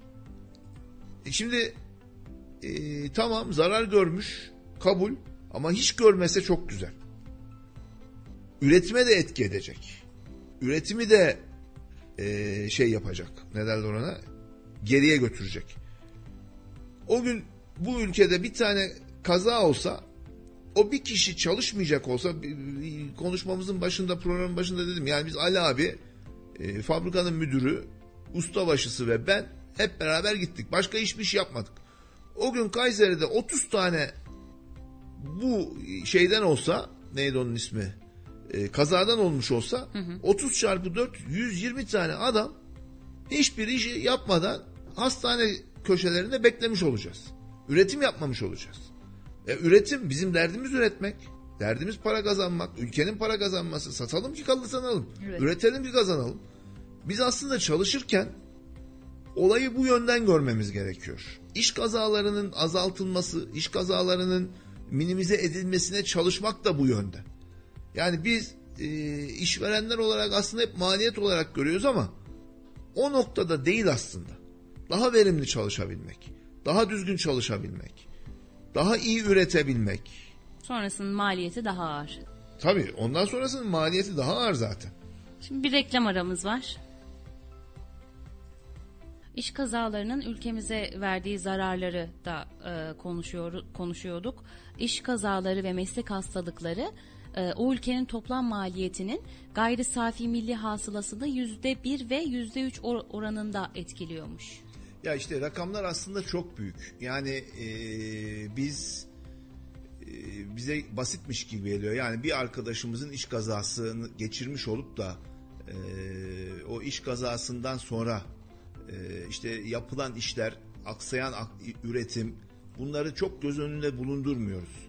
şimdi tamam zarar görmüş kabul ama hiç görmese çok güzel. Üretime de etki edecek. Üretimi de yapacak. Ne derler ona? Geriye götürecek. O gün bu ülkede bir tane kaza olsa o bir kişi çalışmayacak olsa konuşmamızın başında programın başında dedim yani biz Ali abi fabrikanın müdürü ustabaşısı ve ben hep beraber gittik. Başka hiçbir şey yapmadık. O gün Kayseri'de 30 tane bu şeyden olsa neydi onun ismi? Kazadan olmuş olsa 30 çarpı 4 120 tane adam hiçbir işi yapmadan hastane köşelerinde beklemiş olacağız. Üretim yapmamış olacağız. Üretim bizim derdimiz üretmek. Derdimiz para kazanmak. Ülkenin para kazanması. Satalım ki kazanalım. Evet. Üretelim ki kazanalım. Biz aslında çalışırken olayı bu yönden görmemiz gerekiyor. İş kazalarının azaltılması, iş kazalarının minimize edilmesine çalışmak da bu yönde. Yani biz işverenler olarak aslında hep maliyet olarak görüyoruz ama o noktada değil aslında. Daha verimli çalışabilmek, daha düzgün çalışabilmek, daha iyi üretebilmek. Sonrasının maliyeti daha ağır. Tabii ondan sonrasının maliyeti daha ağır zaten. Şimdi bir reklam aramız var. İş kazalarının ülkemize verdiği zararları da konuşuyorduk. İş kazaları ve meslek hastalıkları o ülkenin toplam maliyetinin gayri safi milli hasılasında %1 ve %3 oranında etkiliyormuş. Ya işte rakamlar aslında çok büyük. Yani bize basitmiş gibi geliyor. Yani bir arkadaşımızın iş kazasını geçirmiş olup da o iş kazasından sonra işte yapılan işler, aksayan üretim, bunları çok göz önünde bulundurmuyoruz.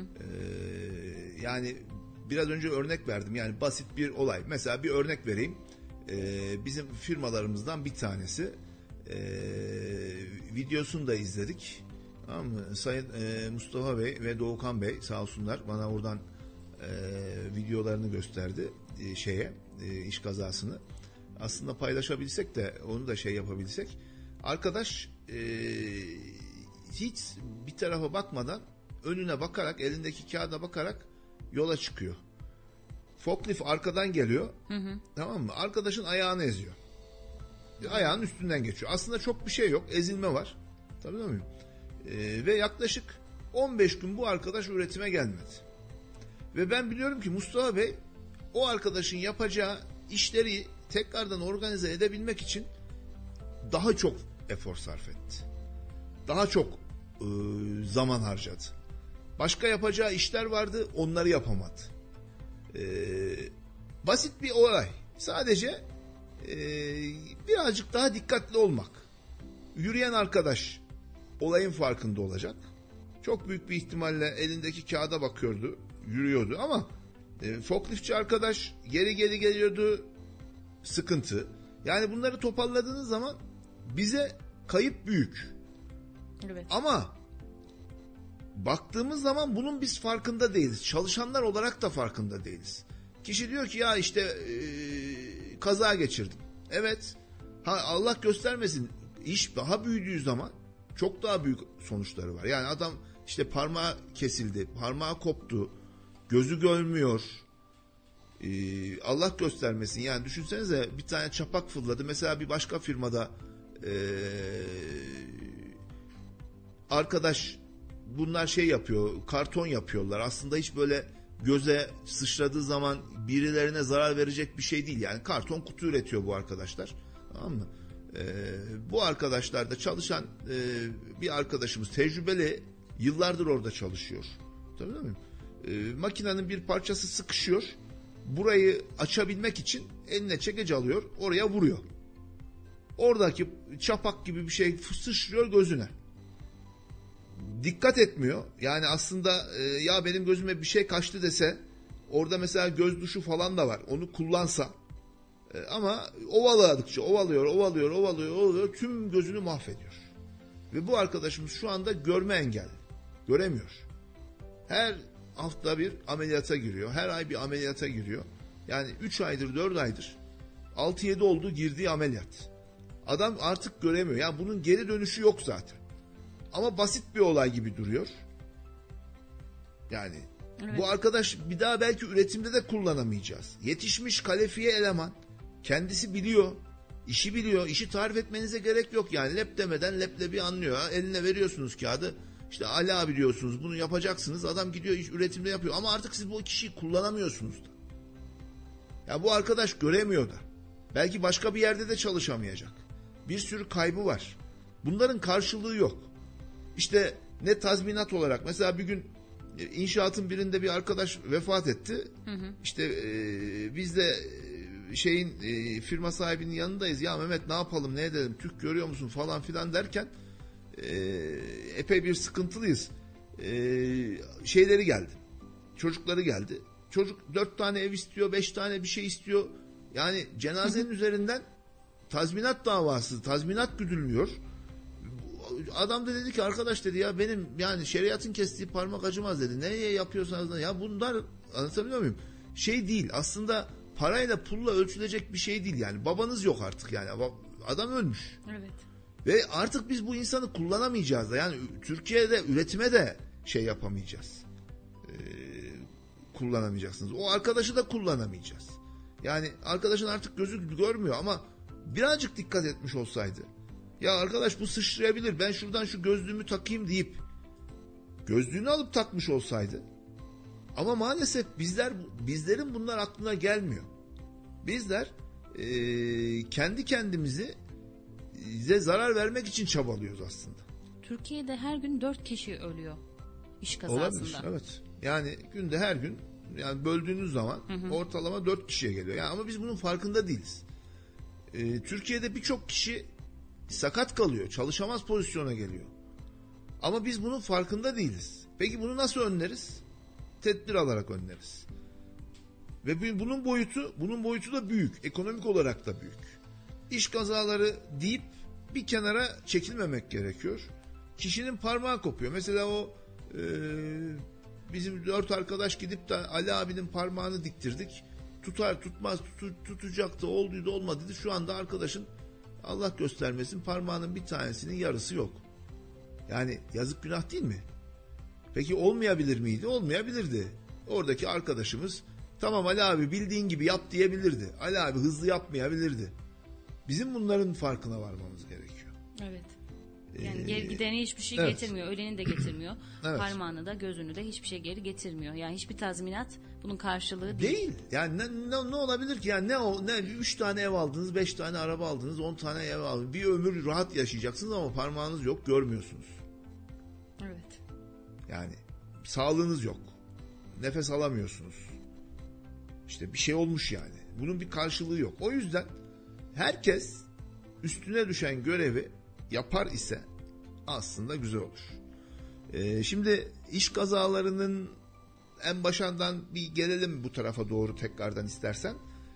Yani biraz önce örnek verdim. Yani basit bir olay. Mesela bir örnek vereyim. Bizim firmalarımızdan bir tanesi, videosunu da izledik. Tamam mı? Sayın Mustafa Bey ve Doğukan Bey sağ olsunlar bana oradan videolarını gösterdi iş kazasını. Aslında paylaşabilsek de onu da yapabilsek. Arkadaş hiç bir tarafa bakmadan önüne bakarak, elindeki kağıda bakarak yola çıkıyor. Forklift arkadan geliyor. Tamam mı? Arkadaşın ayağını eziyor. Ayağının üstünden geçiyor. Aslında çok bir şey yok. Ezilme var. Tabii muyum? Ve yaklaşık 15 gün bu arkadaş üretime gelmedi. Ve ben biliyorum ki Mustafa Bey o arkadaşın yapacağı işleri tekrardan organize edebilmek için daha çok efor sarf etti. Daha çok zaman harcadı. Başka yapacağı işler vardı, onları yapamadı. Basit bir olay. Sadece birazcık daha dikkatli olmak. Yürüyen arkadaş olayın farkında olacak. Çok büyük bir ihtimalle elindeki kağıda bakıyordu, yürüyordu ama forkliftçi arkadaş geri geliyordu, sıkıntı. Yani bunları toparladığınız zaman bize kayıp büyük. Evet. Ama baktığımız zaman bunun biz farkında değiliz. Çalışanlar olarak da farkında değiliz. Kişi diyor ki ya işte kaza geçirdim. Evet. Allah göstermesin, iş daha büyüdüğü zaman çok daha büyük sonuçları var. Yani adam işte parmağı kesildi, parmağı koptu, gözü görmüyor. Allah göstermesin. Yani düşünsenize bir tane çapak fırladı. Mesela bir başka firmada arkadaş bunlar yapıyor, karton yapıyorlar. Aslında hiç böyle göze sıçradığı zaman birilerine zarar verecek bir şey değil. Yani karton kutu üretiyor bu arkadaşlar. Tamam mı? Bu arkadaşlar da çalışan bir arkadaşımız, tecrübeli, yıllardır orada çalışıyor. Tabii değil mi? Makinenin bir parçası sıkışıyor. Burayı açabilmek için eline çekici alıyor, oraya vuruyor. Oradaki çapak gibi bir şey sıçrıyor gözüne. Dikkat etmiyor. Yani aslında ya benim gözüme bir şey kaçtı dese, orada mesela göz duşu falan da var. Onu kullansa. Ama ovaladıkça ovalıyor, tüm gözünü mahvediyor. Ve bu arkadaşımız şu anda görme engelli. Göremiyor. Her hafta bir ameliyata giriyor. Her ay bir ameliyata giriyor. Yani 3 aydır 4 aydır 6-7 oldu girdiği ameliyat. Adam artık göremiyor. Yani bunun geri dönüşü yok zaten. Ama basit bir olay gibi duruyor. Yani evet. Bu arkadaş bir daha belki üretimde de kullanamayacağız. Yetişmiş kalifiye eleman. Kendisi biliyor. İşi biliyor. İşi tarif etmenize gerek yok. Yani lep demeden leblebi anlıyor. Eline veriyorsunuz kağıdı. İşte Ali abi diyorsunuz, bunu yapacaksınız. Adam gidiyor iş üretimde yapıyor. Ama artık siz bu kişiyi kullanamıyorsunuz da. Ya bu arkadaş göremiyor da. Belki başka bir yerde de çalışamayacak. Bir sürü kaybı var. Bunların karşılığı yok. İşte ne tazminat olarak. Mesela bir gün inşaatın birinde bir arkadaş vefat etti. İşte biz de firma sahibinin yanındayız. Ya Mehmet ne yapalım, ne edelim, Türk görüyor musun falan filan derken epey bir sıkıntılıyız. Şeyleri geldi. Çocukları geldi. Çocuk 4 tane ev istiyor, 5 tane bir şey istiyor. Yani cenazenin üzerinden tazminat davası, tazminat güdülmüyor. Adam da dedi ki arkadaş dedi ya benim yani şeriatın kestiği parmak acımaz dedi. Neye yapıyorsanız da ya bunlar, anlatabiliyor muyum? Değil aslında, parayla pulla ölçülecek bir şey değil yani. Babanız yok artık yani. Adam ölmüş. Evet. Ve artık biz bu insanı kullanamayacağız da. Yani Türkiye'de üretime de yapamayacağız. Kullanamayacaksınız. O arkadaşı da kullanamayacağız. Yani arkadaşın artık gözü görmüyor ama birazcık dikkat etmiş olsaydı. Ya arkadaş bu sıçrayabilir, ben şuradan şu gözlüğümü takayım deyip gözlüğünü alıp takmış olsaydı. Ama maalesef bizlerin bunlar aklına gelmiyor. Bizler kendi kendimize zarar vermek için çabalıyoruz aslında. Türkiye'de her gün 4 kişi ölüyor iş kazasında. Olabilir, evet. Yani günde her gün, yani böldüğünüz zaman ortalama 4 kişiye geliyor. Yani ama biz bunun farkında değiliz. Türkiye'de birçok kişi sakat kalıyor, çalışamaz pozisyona geliyor. Ama biz bunun farkında değiliz. Peki bunu nasıl önleriz? Tedbir alarak önleriz. Ve bunun boyutu da büyük, ekonomik olarak da büyük. İş kazaları deyip bir kenara çekilmemek gerekiyor. Kişinin parmağı kopuyor. Mesela o bizim 4 arkadaş gidip de Ali abinin parmağını diktirdik. Tutar tutmaz tutacaktı, olduydu olmadıydı. Şu anda arkadaşın Allah göstermesin parmağının bir tanesinin yarısı yok. Yani yazık, günah değil mi? Peki olmayabilir miydi? Olmayabilirdi. Oradaki arkadaşımız tamam Ali abi bildiğin gibi yap diyebilirdi. Ali abi hızlı yapmayabilirdi. Bizim bunların farkına varmamız gerekiyor. Evet. Yani geri gideni hiçbir şey getirmiyor. Öleni de getirmiyor. Evet. Parmağını da gözünü de hiçbir şey geri getirmiyor. Yani hiçbir tazminat bunun karşılığı değil. Yani ne olabilir ki? Yani ne 3 tane ev aldınız, 5 tane araba aldınız, 10 tane ev aldınız. Bir ömür rahat yaşayacaksınız ama parmağınız yok, görmüyorsunuz. Evet. Yani sağlığınız yok. Nefes alamıyorsunuz. İşte bir şey olmuş yani. Bunun bir karşılığı yok. O yüzden herkes üstüne düşen görevi yapar ise aslında güzel olur. Şimdi iş kazalarının en başından bir gelelim bu tarafa doğru tekrardan istersen.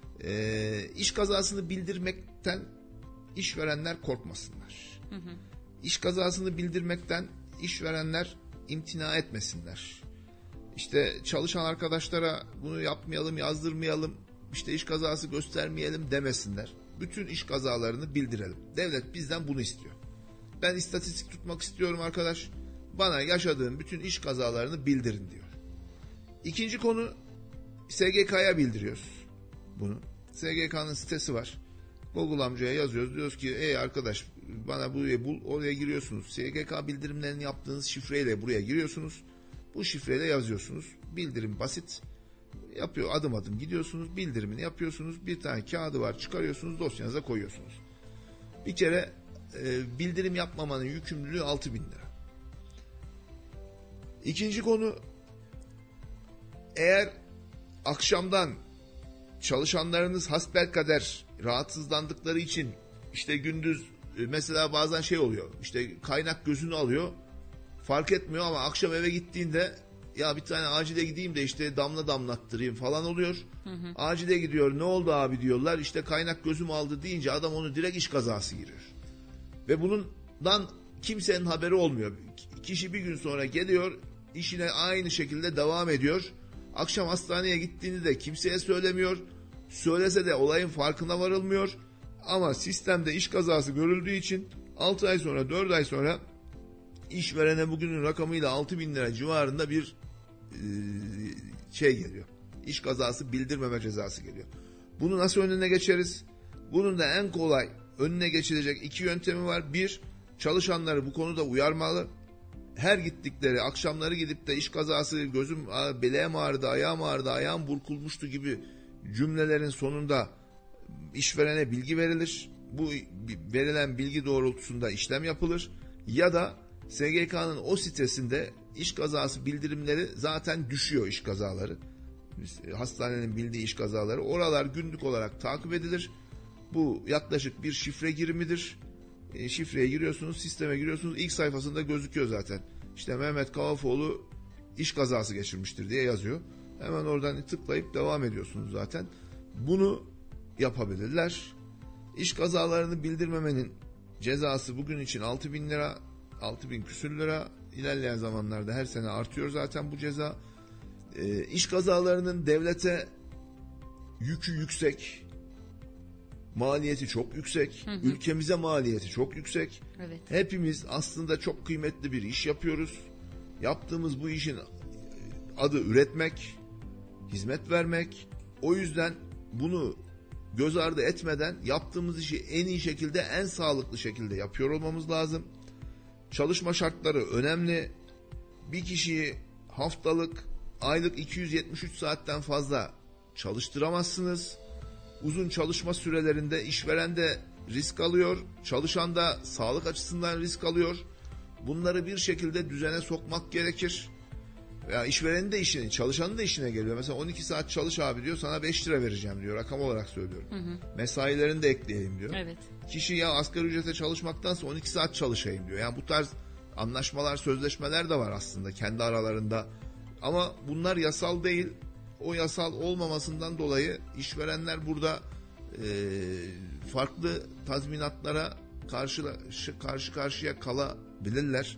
İş kazasını bildirmekten işverenler korkmasınlar. İş kazasını bildirmekten işverenler imtina etmesinler. İşte çalışan arkadaşlara bunu yapmayalım, yazdırmayalım, işte iş kazası göstermeyelim demesinler. Bütün iş kazalarını bildirelim. Devlet bizden bunu istiyor. Ben istatistik tutmak istiyorum arkadaş. Bana yaşadığım bütün iş kazalarını bildirin diyor. İkinci konu, SGK'ya bildiriyoruz bunu. SGK'nın sitesi var. Google amcaya yazıyoruz. Diyoruz ki ey arkadaş bana buraya bul. Oraya giriyorsunuz. SGK bildirimlerini yaptığınız şifreyle buraya giriyorsunuz. Bu şifreyle yazıyorsunuz. Bildirim basit. Yapıyor, adım adım gidiyorsunuz. Bildirimini yapıyorsunuz. Bir tane kağıdı var, çıkarıyorsunuz, dosyanıza koyuyorsunuz. Bir kere bildirim yapmamanın yükümlülüğü 6.000 lira. İkinci konu, eğer akşamdan çalışanlarınız hasbelkader rahatsızlandıkları için işte gündüz mesela bazen şey oluyor, işte kaynak gözünü alıyor, fark etmiyor ama akşam eve gittiğinde ya bir tane acile gideyim de işte damla damlattırayım falan oluyor. Acile gidiyor, ne oldu abi diyorlar, işte kaynak gözüm aldı deyince adam onu direkt iş kazası giriyor. Ve bundan kimsenin haberi olmuyor. Kişi bir gün sonra geliyor, işine aynı şekilde devam ediyor. Akşam hastaneye gittiğinde de kimseye söylemiyor. Söylese de olayın farkına varılmıyor. Ama sistemde iş kazası görüldüğü için 6 ay sonra 4 ay sonra işverene bugünün rakamıyla 6.000 lira civarında bir şey geliyor. İş kazası bildirmeme cezası geliyor. Bunu nasıl önüne geçeriz? Bunun da en kolay önüne geçilecek 2 yöntemi var. 1, çalışanları bu konuda uyarmalı. Her gittikleri, akşamları gidip de iş kazası, gözüm bileğim ağrıdı, ayağım ağrıdı, ayağım burkulmuştu gibi cümlelerin sonunda işverene bilgi verilir. Bu verilen bilgi doğrultusunda işlem yapılır. Ya da SGK'nın o sitesinde iş kazası bildirimleri zaten düşüyor, iş kazaları. Hastanenin bildiği iş kazaları. Oralar günlük olarak takip edilir. Bu yaklaşık bir şifre girimidir. Şifreye giriyorsunuz, sisteme giriyorsunuz. İlk sayfasında gözüküyor zaten. İşte Mehmet Kavafoğlu iş kazası geçirmiştir diye yazıyor. Hemen oradan tıklayıp devam ediyorsunuz zaten. Bunu yapabilirler. İş kazalarını bildirmemenin cezası bugün için 6.000 lira, 6.000 küsür lira. İlerleyen zamanlarda her sene artıyor zaten bu ceza. İş kazalarının devlete yükü yüksek. Maliyeti çok yüksek. Ülkemize maliyeti çok yüksek. Evet. Hepimiz aslında çok kıymetli bir iş yapıyoruz. Yaptığımız bu işin adı üretmek, hizmet vermek. O yüzden bunu göz ardı etmeden yaptığımız işi en iyi şekilde, en sağlıklı şekilde yapıyor olmamız lazım. Çalışma şartları önemli. Bir kişiyi haftalık, aylık 273 saatten fazla çalıştıramazsınız. Uzun çalışma sürelerinde işveren de risk alıyor, çalışan da sağlık açısından risk alıyor. Bunları bir şekilde düzene sokmak gerekir. Ya işverenin de işine, çalışanın da işine geliyor. Mesela 12 saat çalış abi diyor, sana 5 lira vereceğim diyor. Rakam olarak söylüyorum. Mesailerini de ekleyeyim diyor. Evet. Kişi ya asgari ücrete çalışmaktansa 12 saat çalışayım diyor. Yani bu tarz anlaşmalar, sözleşmeler de var aslında kendi aralarında. Ama bunlar yasal değil. O yasal olmamasından dolayı işverenler burada farklı tazminatlara karşı karşıya kalabilirler.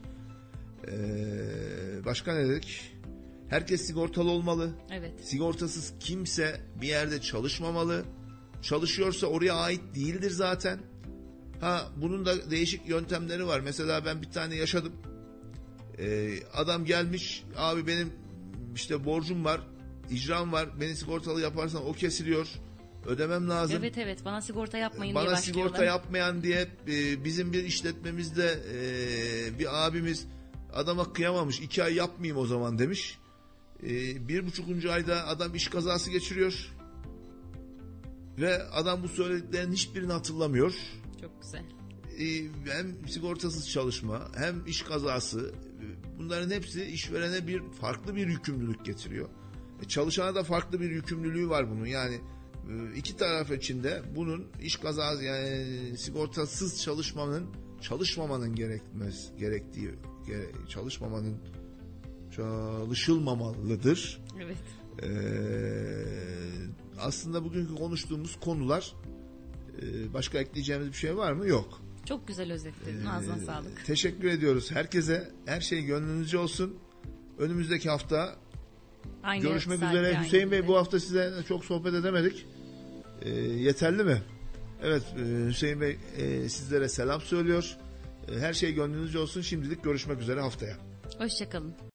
Başka ne dedik? Herkes sigortalı olmalı. Evet. Sigortasız kimse bir yerde çalışmamalı. Çalışıyorsa oraya ait değildir zaten. Bunun da değişik yöntemleri var. Mesela ben bir tane yaşadım. Adam gelmiş, abi benim işte borcum var, icram var, beni sigortalı yaparsan o kesiliyor, ödemem lazım. Evet, bana sigorta yapmayın Bana diye başlıyorlar. sigorta yapmayan diye bizim bir işletmemizde bir abimiz adama kıyamamış, 2 ay yapmayayım o zaman demiş. 1,5. ayda adam iş kazası geçiriyor ve adam bu söylediklerinin hiçbirini hatırlamıyor. Çok güzel. Hem sigortasız çalışma hem iş kazası, bunların hepsi işverene farklı bir yükümlülük getiriyor. Çalışana da farklı bir yükümlülüğü var bunun. Yani iki taraf için de bunun iş kazası, yani sigortasız çalışmamanın çalışılmamalıdır. Evet. Aslında bugünkü konuştuğumuz konular, başka ekleyeceğimiz bir şey var mı? Yok. Çok güzel özetledin. Ağzına sağlık. Teşekkür ediyoruz herkese. Her şey gönlünüzce olsun. Önümüzdeki hafta görüşmek üzere. Hüseyin Bey, bu hafta size çok sohbet edemedik. Yeterli mi? Evet, Hüseyin Bey sizlere selam söylüyor. Her şey gönlünüzce olsun. Şimdilik görüşmek üzere haftaya. Hoşçakalın.